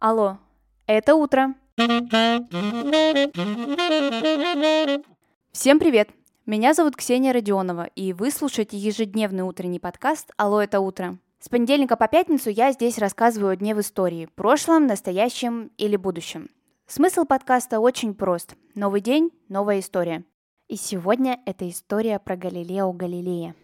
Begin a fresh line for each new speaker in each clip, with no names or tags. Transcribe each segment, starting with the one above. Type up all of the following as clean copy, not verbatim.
Алло, это утро. Всем привет! Меня зовут Ксения Родионова, и вы слушаете ежедневный утренний подкаст «Алло, это утро». С понедельника по пятницу я здесь рассказываю о дне в истории, прошлом, настоящем или будущем. Смысл подкаста очень прост. Новый день, новая история. И сегодня это история про Галилео Галилея.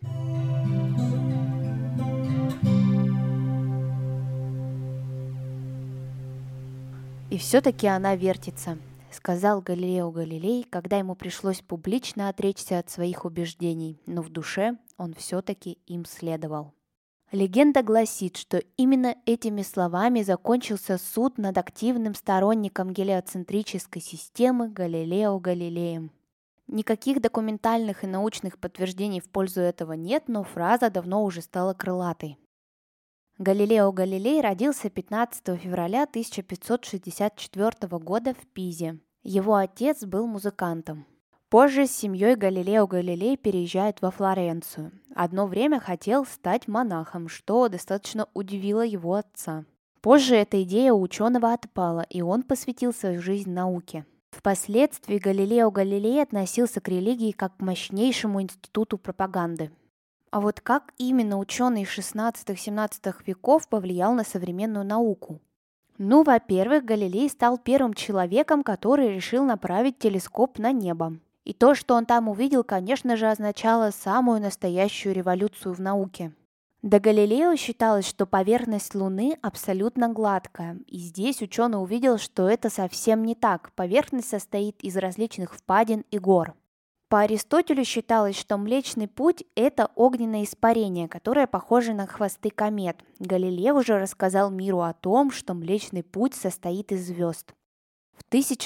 «И все-таки она вертится», — сказал Галилео Галилей, когда ему пришлось публично отречься от своих убеждений, но в душе он все-таки им следовал. Легенда гласит, что именно этими словами закончился суд над активным сторонником гелиоцентрической системы Галилео Галилеем. Никаких документальных и научных подтверждений в пользу этого нет, но фраза давно уже стала крылатой. Галилео Галилей родился 15 февраля 1564 года в Пизе. Его отец был музыкантом. Позже с семьей Галилео Галилей переезжает во Флоренцию. Одно время хотел стать монахом, что достаточно удивило его отца. Позже эта идея у ученого отпала, и он посвятил свою жизнь науке. Впоследствии Галилео Галилей относился к религии как к мощнейшему институту пропаганды. А вот как именно ученый 16-17 веков повлиял на современную науку? Во-первых, Галилей стал первым человеком, который решил направить телескоп на небо. И то, что он там увидел, конечно же, означало самую настоящую революцию в науке. До Галилео считалось, что поверхность Луны абсолютно гладкая, и здесь ученый увидел, что это совсем не так. Поверхность состоит из различных впадин и гор. По Аристотелю считалось, что Млечный Путь – это огненное испарение, которое похоже на хвосты комет. Галилей уже рассказал миру о том, что Млечный Путь состоит из звезд. В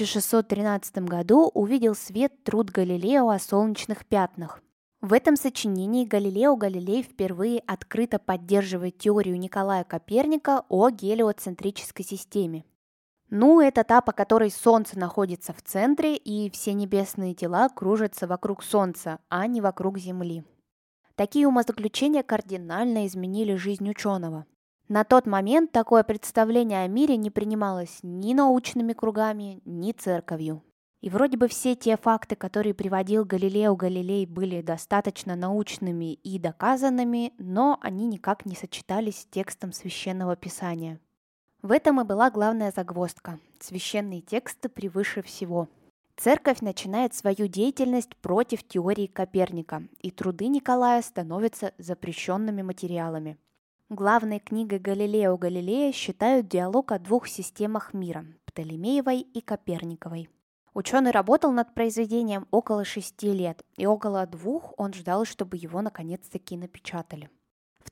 1613 году увидел свет труд Галилео о солнечных пятнах. В этом сочинении Галилео Галилей впервые открыто поддерживает теорию Николая Коперника о гелиоцентрической системе. Это та, по которой Солнце находится в центре, и все небесные тела кружатся вокруг Солнца, а не вокруг Земли. Такие умозаключения кардинально изменили жизнь ученого. На тот момент такое представление о мире не принималось ни научными кругами, ни церковью. И вроде бы все те факты, которые приводил Галилео Галилей, были достаточно научными и доказанными, но они никак не сочетались с текстом Священного Писания. В этом и была главная загвоздка. Священные тексты превыше всего. Церковь начинает свою деятельность против теории Коперника, и труды Николая становятся запрещенными материалами. Главной книгой Галилео Галилея считают диалог о двух системах мира – Птолемеевой и Коперниковой. Ученый работал над произведением около 6 лет, и около 2 он ждал, чтобы его наконец-таки напечатали. В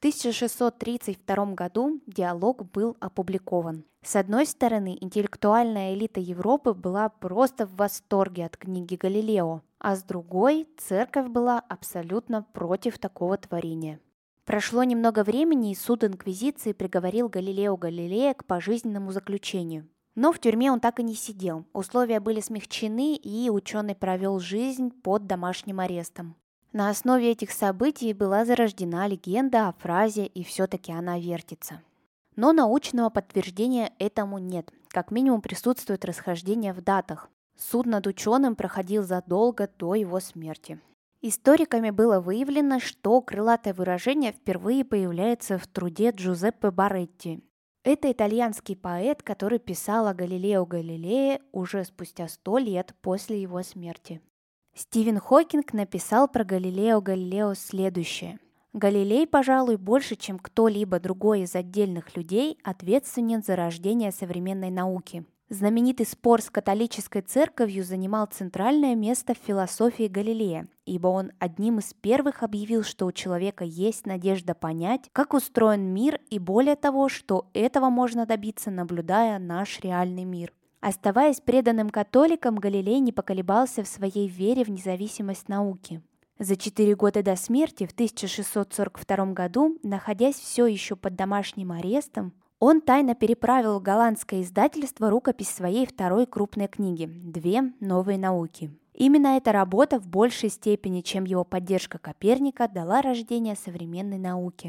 1632 году диалог был опубликован. С одной стороны, интеллектуальная элита Европы была просто в восторге от книги Галилео, а с другой, церковь была абсолютно против такого творения. Прошло немного времени, и суд инквизиции приговорил Галилео Галилея к пожизненному заключению. Но в тюрьме он так и не сидел. Условия были смягчены, и ученый провел жизнь под домашним арестом. На основе этих событий была зарождена легенда о фразе «и все-таки она вертится». Но научного подтверждения этому нет. Как минимум присутствует расхождение в датах. Суд над ученым проходил задолго до его смерти. Историками было выявлено, что крылатое выражение впервые появляется в труде Джузеппе Баретти. Это итальянский поэт, который писал о Галилео Галилее уже спустя 100 лет после его смерти. Стивен Хокинг написал про Галилео Галилео следующее. Галилей, пожалуй, больше, чем кто-либо другой из отдельных людей, ответственен за рождение современной науки. Знаменитый спор с католической церковью занимал центральное место в философии Галилея, ибо он одним из первых объявил, что у человека есть надежда понять, как устроен мир, и более того, что этого можно добиться, наблюдая наш реальный мир. Оставаясь преданным католиком, Галилей не поколебался в своей вере в независимость науки. За 4 года до смерти, в 1642 году, находясь все еще под домашним арестом, он тайно переправил в голландское издательство рукопись своей второй крупной книги «Две новые науки». Именно эта работа в большей степени, чем его поддержка Коперника, дала рождение современной науке.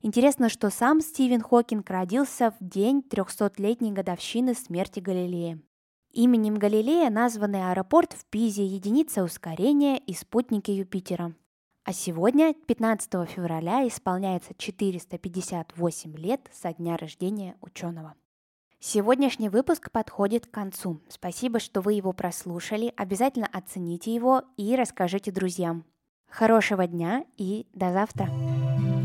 Интересно, что сам Стивен Хокинг родился в день 300-летней годовщины смерти Галилея. Именем Галилея названы аэропорт в Пизе, единица ускорения и спутники Юпитера. А сегодня, 15 февраля, исполняется 458 лет со дня рождения ученого. Сегодняшний выпуск подходит к концу. Спасибо, что вы его прослушали. Обязательно оцените его и расскажите друзьям. Хорошего дня и до завтра!